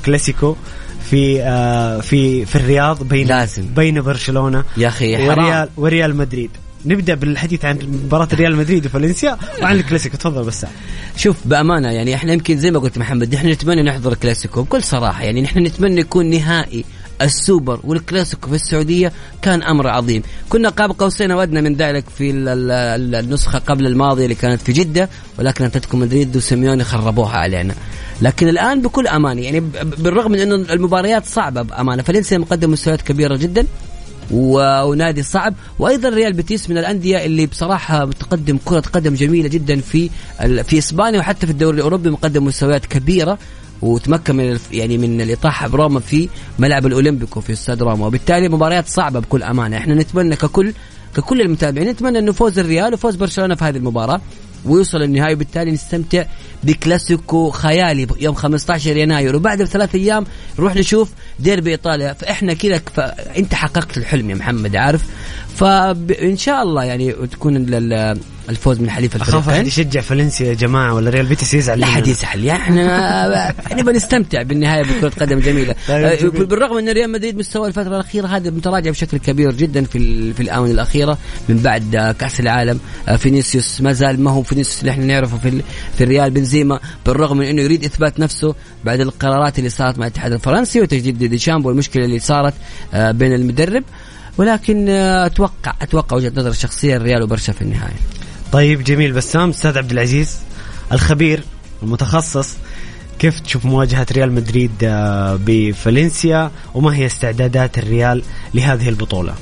[SPEAKER 6] كلاسيكو في الرياض بين برشلونة
[SPEAKER 8] يا أخي
[SPEAKER 6] وريال مدريد. نبدأ بالحديث عن مباراة ريال مدريد وفالنسيا وعن الكلاسيكو. تفضل بس.
[SPEAKER 8] شوف بأمانة يعني احنا يمكن زي ما قلت محمد، احنا نتمنى نحضر الكلاسيكو بكل صراحة، يعني نحن نتمنى يكون نهائي السوبر والكلاسيكو في السعودية، كان أمر عظيم. كنا قاب قوسين ودنا من ذلك في النسخة قبل الماضية اللي كانت في جدة، ولكن أتلتيكو مدريد وسيميوني خربوها علينا. لكن الآن بكل أمانة يعني بالرغم من أنه المباريات صعبة بأمانة، فالنسيا مقدم مستويات كبيرة جدا ونادي صعب، وأيضا ريال بيتيس من الأندية اللي بصراحة متقدم كرة قدم جميلة جدا في إسبانيا، وحتى في الدوري الأوروبي مقدم مستويات كبيرة، وتمكن من الإطاحة بروما في ملعب الأولمبيكو في استاد روما. وبالتالي مباريات صعبة بكل أمانة. احنا نتمنى ككل المتابعين نتمنى أنه فوز الريال وفوز برشلونة في هذه المباراة ويوصل النهائي، وبالتالي نستمتع بكلاسيكو خيالي يوم 15 يناير، وبعد ب3 أيام نروح نشوف ديربي إيطاليا. فإحنا كذا أنت حققت الحلم يا محمد، عارف. فإن شاء الله يعني تكون الفوز من حليف الفريقين.
[SPEAKER 6] أخاف أحد يشجع فالنسيا يا جماعة ولا ريال بيتيس يزعل.
[SPEAKER 8] لا حد يزعل، احنا بنستمتع بالنهاية بكرة قدم جميلة. بالرغم أن ريال مدريد مستوى الفترة الأخيرة هذا متراجع بشكل كبير جدا في الآونة الأخيرة من بعد كأس العالم. فينيسيوس ما زال ما هو فينيسيوس اللي احنا نعرفه في الريال. بنزيما بالرغم من أنه يريد إثبات نفسه بعد القرارات اللي صارت مع الاتحاد الفرنسي وتجديد ديشامب والمشكلة اللي صارت بين المدرب، ولكن أتوقع وجهة نظر الشخصية الريال وبرشا في النهاية.
[SPEAKER 6] طيب جميل. بسام، أستاذ عبد العزيز الخبير المتخصص، كيف تشوف مواجهة ريال مدريد بفالنسيا، وما هي استعدادات الريال لهذه البطولة؟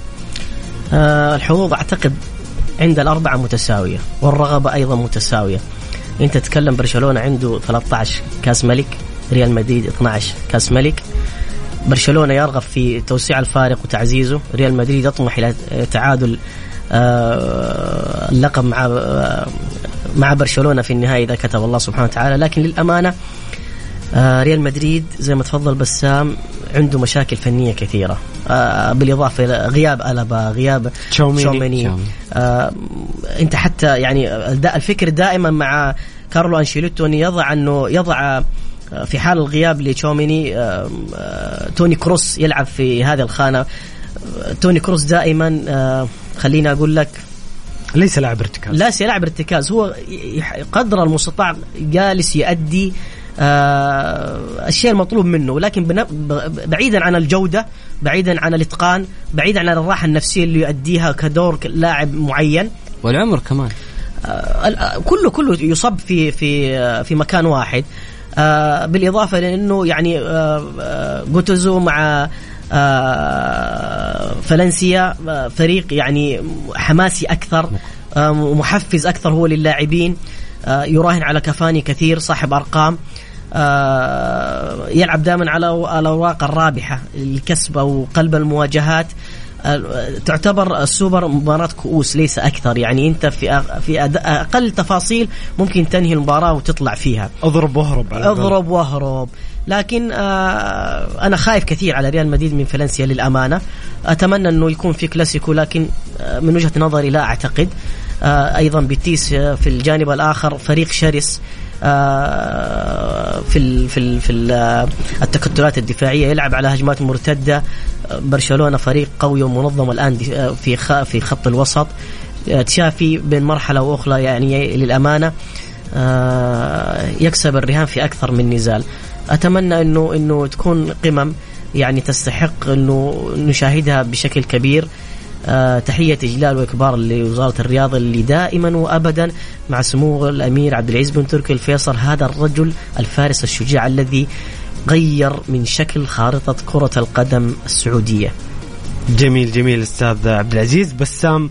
[SPEAKER 7] الحظوظ أعتقد عند الأربعة متساوية، والرغبة أيضا متساوية. أنت تتكلم برشلونة عنده 13 كاس ملك، ريال مدريد 12 كاس ملك. برشلونة يرغب في توسيع الفارق وتعزيزه، ريال مدريد يطمح إلى تعادل اللقب مع برشلونة في النهاية إذا كتب الله سبحانه وتعالى. لكن للأمانة ريال مدريد زي ما تفضل بسام عنده مشاكل فنية كثيرة، بالإضافة إلى غياب ألابا، غياب تشاوميني. أنت حتى يعني الفكر دائما مع كارلو أنشيلوتي أنه يضع في حال الغياب لتشاوميني توني كروس يلعب في هذه الخانة. توني كروس دائما خلينا أقول لك
[SPEAKER 6] ليس لاعب ارتكاز، هو قدر المستطاع جالس يؤدي الشيء المطلوب منه، لكن بعيدا عن الجودة، بعيدا عن الاتقان، بعيدا عن الراحة النفسية اللي يؤديها كدور لاعب معين،
[SPEAKER 8] والعمر كمان
[SPEAKER 7] كله يصب في مكان واحد. بالإضافة لأنه يعني جوتوزو مع فالنسيا فريق يعني حماسي أكثر، محفز أكثر هو للاعبين، يراهن على كافاني كثير، صاحب أرقام، يلعب دائما على الأوراق الرابحة الكسب أو قلب المواجهات. تعتبر السوبر مباراة كؤوس ليس أكثر، يعني أنت في أقل تفاصيل ممكن تنهي المباراة وتطلع فيها.
[SPEAKER 6] اضرب واهرب.
[SPEAKER 7] لكن أنا خايف كثير على ريال مدريد من فالنسيا للأمانة. أتمنى أنه يكون في كلاسيكو، لكن من وجهة نظري لا أعتقد. أيضا بيتيس في الجانب الآخر فريق شرس في التكتلات الدفاعية، يلعب على هجمات مرتدة. برشلونة فريق قوي ومنظم الآن في خط الوسط. تشافي بين مرحلة وأخرى يعني للأمانة يكسب الرهان في أكثر من نزال. أتمنى إنه تكون قمم يعني تستحق إنه نشاهدها بشكل كبير. تحية إجلال وإكبار لوزارة الرياضة اللي دائما وأبدا مع سمو الأمير عبد العزيز بن تركي الفيصل، هذا الرجل الفارس الشجاع الذي غير من شكل خارطة كرة القدم السعودية.
[SPEAKER 6] جميل أستاذ عبد العزيز. بسام،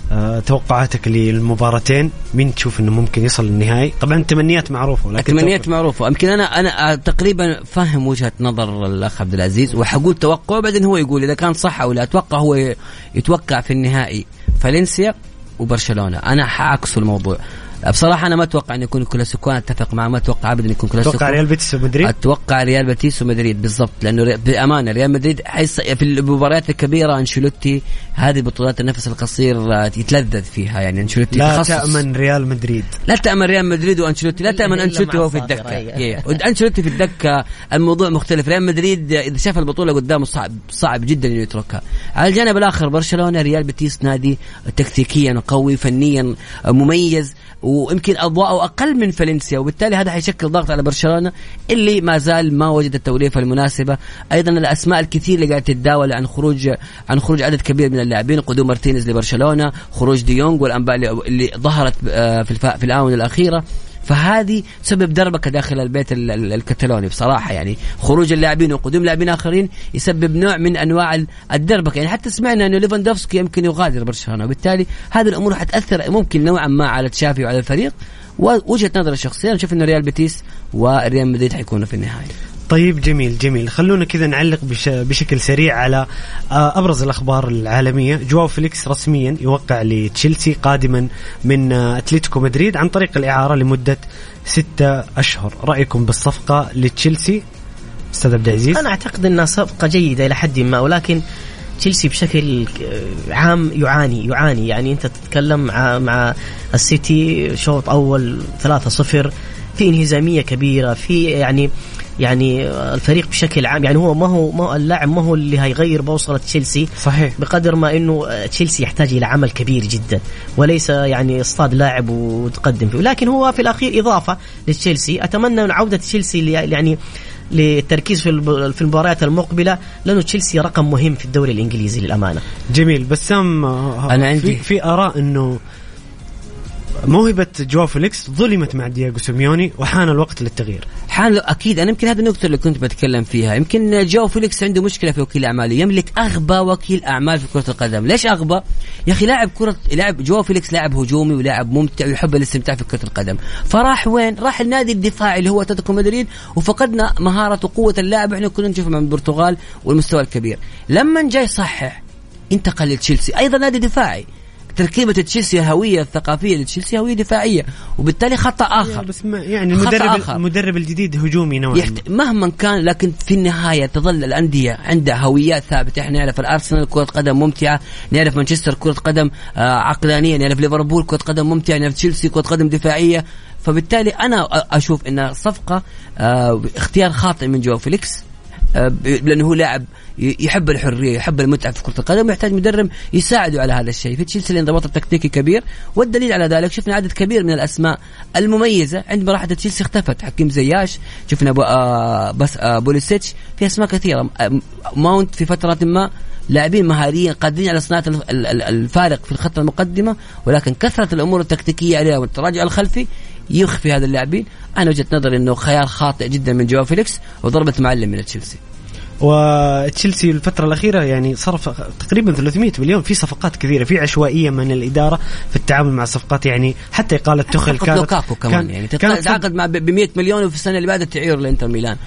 [SPEAKER 6] توقعاتك للمباراتين، مين تشوف انه ممكن يصل للنهائي؟ طبعا تمنيات معروفه، لكن
[SPEAKER 8] تمنيات معروفه. يمكن انا تقريبا فاهم وجهه نظر الاخ عبد العزيز، وحقول توقع بعدين هو يقول اذا كان صح او لا. اتوقع هو يتوقع في النهائي فالنسيا وبرشلونه. انا حاعكس الموضوع بصراحة. أنا ما أتوقع أن يكون كلاسيكو، أنا أتفق معه، ما أتوقع أبدا يكون كلاسيكو.
[SPEAKER 6] أتوقع ريال بيتيس ومدريد.
[SPEAKER 8] أتوقع ريال بيتيس ومدريد بالضبط، لأنه بأمانة ريال مدريد في المباريات الكبيرة أنشيلوتي هذه بطولات النفس القصير يتلذذ فيها. يعني أنشيلوتي
[SPEAKER 6] لا تأمن ريال مدريد،
[SPEAKER 8] لا تأمن ريال مدريد وأنشيلوتي، لا تأمن أنشيلوتي وهو في الدكة. أنشيلوتي في الدكة الموضوع مختلف. ريال مدريد إذا شاف البطولة قدامه صعب جدا إنه يتركها. على الجانب الآخر برشلونة، ريال بيتيس نادي تكتيكيا قوي، فنيا مميز، ويمكن أضواءه أقل من فالنسيا، وبالتالي هذا حيشكل ضغط على برشلونة اللي ما زال ما وجد التوليفة المناسبة. أيضا الأسماء الكثير اللي قاعد تتداول عن خروج عدد كبير من اللاعبين، قدوم مارتينيز لبرشلونة، خروج ديونغ والأنباء اللي ظهرت في الآونة الأخيرة، فهذه سبب دربكة داخل البيت الكتالوني بصراحة. يعني خروج اللاعبين وقدوم لاعبين آخرين يسبب نوع من أنواع الدربكة. يعني حتى سمعنا أنه ليفاندوفسكي يمكن يغادر برشلونة، وبالتالي هذه الأمور حتأثر ممكن نوعا ما على تشافي وعلى الفريق. ووجهة نظر الشخصية أنا شوف أنه ريال بيتيس وريال مدريد حيكونوا في النهاية.
[SPEAKER 6] طيب جميل. خلونا كذا نعلق بشكل سريع على أبرز الأخبار العالمية. جواو فيليكس رسميا يوقع لتشيلسي قادما من أتلتيكو مدريد عن طريق الإعارة لمدة 6 أشهر. رأيكم بالصفقة لتشيلسي أستاذ عبد العزيز؟
[SPEAKER 7] أنا أعتقد أنها صفقة جيدة إلى حد ما، ولكن تشيلسي بشكل عام يعاني. يعني أنت تتكلم مع السيتي شوط أول 3-0 في انهزامية كبيرة، في يعني الفريق بشكل عام. يعني هو ما هو اللاعب ما هو اللي هيغير بوصلة تشيلسي،
[SPEAKER 6] صحيح،
[SPEAKER 7] بقدر ما انه تشيلسي يحتاج الى عمل كبير جدا، وليس يعني اصطاد لاعب وتقدم فيه. لكن هو في الاخير اضافة لتشيلسي. اتمنى عودة تشيلسي يعني للتركيز في المباريات المقبلة، لأنه تشيلسي رقم مهم في الدوري الإنجليزي للأمانة.
[SPEAKER 6] جميل. بسام،
[SPEAKER 8] أنا عندي
[SPEAKER 6] في آراء إنه موهبة جواو فيليكس ظلمت مع دياغو سيميوني وحان الوقت للتغيير.
[SPEAKER 8] أكيد. أنا يمكن هذه النقطة اللي كنت بتكلم فيها. يمكن جواو فيليكس عنده مشكلة في وكيل أعماله، يملك أغبى وكيل أعمال في كرة القدم. ليش أغبى؟ يا أخي لاعب جواو فيليكس لاعب هجومي ولاعب ممتع ويحب الاستمتاع في كرة القدم، فراح وين؟ راح النادي الدفاعي اللي هو أتلتيكو مدريد، وفقدنا مهارة وقوة اللاعب احنا كنا نشوفه من البرتغال والمستوى الكبير. لما جاي صحح انتقل لتشيلسي، أيضا نادي دفاعي. تركيبة تشيلسي الهوية الثقافية لتشيلسي هوية دفاعية، وبالتالي خطأ آخر.
[SPEAKER 6] بس يعني المدرب الجديد هجومي نوعا
[SPEAKER 8] مهما كان، لكن في النهاية تظل الأندية عندها هويات ثابتة. احنا نعرف الأرسنال كرة قدم ممتعة، نعرف مانشستر كرة قدم عقلانية، نعرف ليفربول كرة قدم ممتعة، نعرف تشيلسي كرة قدم دفاعية. فبالتالي أنا أشوف إن صفقة اختيار خاطئ من جواو فيليكس، لأنه هو لاعب يحب الحرية، يحب المتعة في كرة القدم، ويحتاج مدرب يساعده على هذا الشيء. في تشيلسي الانضباط التكتيكي كبير، والدليل على ذلك شفنا عدد كبير من الأسماء المميزة عندما راحت تشيلسي اختفت. حكيم زياش، شفنا بوليسيتش، في أسماء كثيرة، ماونت في فترة ما، لاعبين مهاريين قادرين على صناعة الفارق في الخط المقدمة، ولكن كثرة الأمور التكتيكية عليها والتراجع الخلفي يخفي هذا اللاعبين. أنا وجهة نظري إنه خيار خاطئ جدا من جواو فيليكس وضربة معلم من تشيلسي.
[SPEAKER 6] وتشيلسي الفترة الأخيرة يعني صرف تقريبا 300 مليون في صفقات كثيرة، في عشوائية من الإدارة في التعامل مع الصفقات. يعني حتى قالت تخل
[SPEAKER 8] لوكاكو كمان يعني تعاقد مع ب100 مليون، وفي السنة اللي بعدها تعير لإنتر ميلان.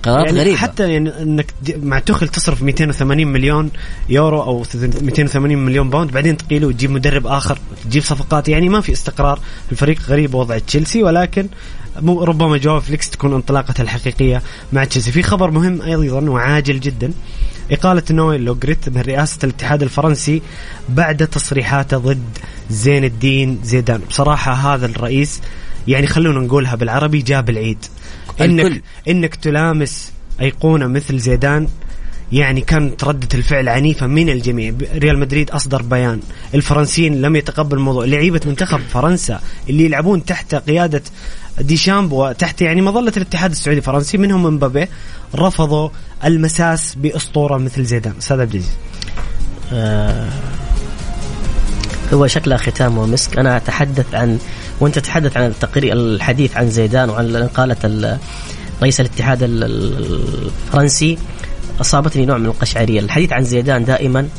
[SPEAKER 8] قرارات
[SPEAKER 6] يعني
[SPEAKER 8] غريبة.
[SPEAKER 6] حتى يعني انك مع تخل تصرف 280 مليون يورو او 280 مليون باوند، بعدين تقيله وتجيب مدرب اخر، تجيب صفقات، يعني ما في استقرار في الفريق. غريب وضع تشيلسي، ولكن ربما جواو فليكس تكون انطلاقته الحقيقية مع تشيلسي. في خبر مهم ايضا وعاجل جدا، إقالة نويل لوغريت من رئاسة الاتحاد الفرنسي بعد تصريحاته ضد زين الدين زيدان. بصراحة هذا الرئيس يعني خلونا نقولها بالعربي جاب العيد. إنك تلامس أيقونة مثل زيدان، يعني كانت ردة الفعل عنيفة من الجميع. ريال مدريد أصدر بيان، الفرنسيين لم يتقبل الموضوع. لعيبة منتخب فرنسا اللي يلعبون تحت قيادة ديشامب وتحت يعني مظلة الاتحاد السعودي الفرنسي منهم مبابي، رفضوا المساس بأسطورة مثل زيدان. أستاذ عبد العزيز،
[SPEAKER 7] هو شكلها ختام ومسك. أنا أتحدث عن وأنت تتحدث عن الحديث عن زيدان وعن إقالة رئيس الاتحاد الفرنسي، أصابتني نوع من القشعرية. الحديث عن زيدان دائما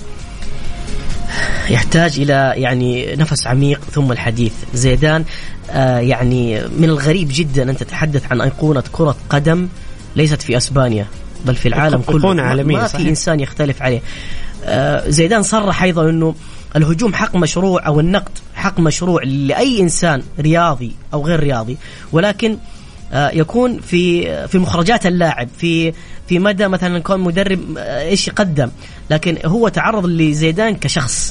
[SPEAKER 7] يحتاج إلى يعني نفس عميق ثم الحديث. زيدان يعني من الغريب جدا أن تتحدث عن أيقونة كرة قدم ليست في أسبانيا بل في العالم كله، ما في إنسان يختلف عليه. زيدان صرح أيضا أنه الهجوم حق مشروع أو النقد حق مشروع لأي إنسان رياضي أو غير رياضي، ولكن يكون في مخرجات اللاعب، في مدى مثلا كون مدرب إيش يقدم، لكن هو تعرض لزيدان كشخص.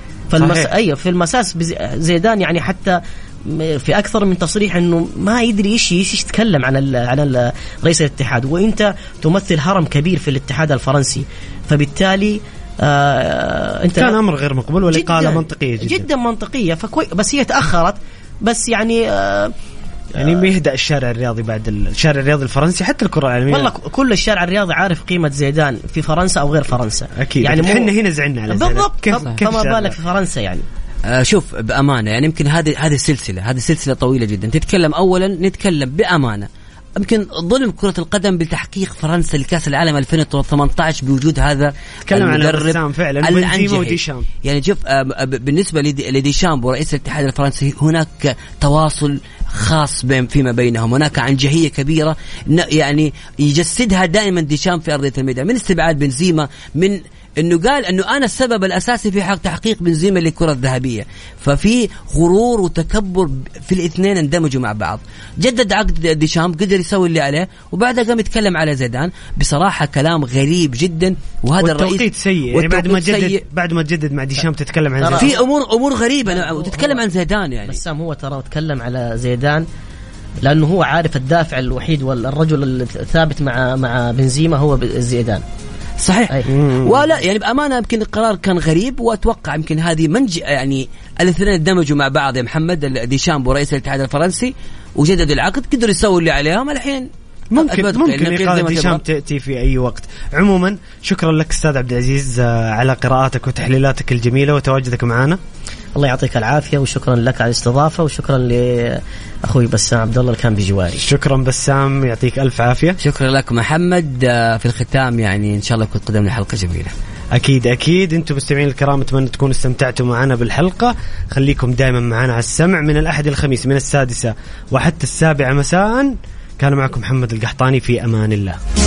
[SPEAKER 7] في المساس زيدان يعني حتى في أكثر من تصريح أنه ما يدري إيش يتكلم عن رئيس الاتحاد، وإنت تمثل هرم كبير في الاتحاد الفرنسي، فبالتالي أنت
[SPEAKER 6] كان أمر غير مقبول والإقالة منطقية
[SPEAKER 7] جدا منطقية. بس هي تأخرت، بس يعني
[SPEAKER 6] بيهدأ الشارع الرياضي بعد الشارع الرياضي الفرنسي، حتى الكرة العالمية.
[SPEAKER 7] والله كل الشارع الرياضي عارف قيمة زيدان في فرنسا أو غير فرنسا.
[SPEAKER 6] أكيد يعني احنا هنا زعلنا على زيدان
[SPEAKER 7] بالضبط. فما بالك في فرنسا يعني.
[SPEAKER 8] شوف بأمانة يعني يمكن هذه سلسلة طويلة جدا. أولا نتكلم بأمانة، يمكن ظلم كرة القدم بتحقيق فرنسا لكأس العالم 2018 بوجود هذا المدرب
[SPEAKER 6] فعلا وديشامب.
[SPEAKER 8] يعني شوف بالنسبة لديشامب ورئيس الاتحاد الفرنسي هناك تواصل خاص فيما بينهم، هناك عنجهية كبيرة يعني يجسدها دائما ديشامب في أرضية الميدان، من استبعاد بنزيما، من انه قال انه انا السبب الاساسي في حق تحقيق بنزيما للكرة الذهبية. ففي غرور وتكبر في الاثنين اندمجوا مع بعض. جدد عقد ديشامب، قدر يسوي اللي عليه، وبعدها قام يتكلم على زيدان. بصراحة كلام غريب جدا، وهذا
[SPEAKER 6] التوقيت سيء يعني بعد ما تجدد مع ديشامب تتكلم عن زيدان.
[SPEAKER 8] في امور غريبة وتتكلم عن زيدان يعني.
[SPEAKER 7] بسام هو ترى تكلم على زيدان لانه هو عارف الدافع الوحيد والرجل الثابت مع بنزيما هو زيدان.
[SPEAKER 8] صحيح. ولا يعني بأمانة يمكن القرار كان غريب، وأتوقع يمكن هذه يعني الاثنين اندمجوا مع بعض يا محمد، ديشامب ورئيس الاتحاد الفرنسي، وجدد العقد، قدروا يسووا اللي عليهم. الحين
[SPEAKER 6] ممكن إقالة ديشامب تأتي في أي وقت. عموما شكرا لك أستاذ عبد العزيز على قراءاتك وتحليلاتك الجميلة وتواجدك معنا.
[SPEAKER 7] الله يعطيك العافية، وشكرا لك على الاستضافة، وشكرا لأخوي بسام عبد الله اللي كان بجواري.
[SPEAKER 6] شكرا بسام، يعطيك ألف عافية.
[SPEAKER 8] شكرا لك محمد. في الختام يعني إن شاء الله كنت قدمنا حلقة جميلة.
[SPEAKER 6] أكيد أنتم مستمعين الكرام، أتمنى تكونوا استمتعتوا معنا بالحلقة. خليكم دائما معنا على السمع من الأحد الخميس من 6 وحتى 7 مساء. كان معكم محمد القحطاني، في أمان الله.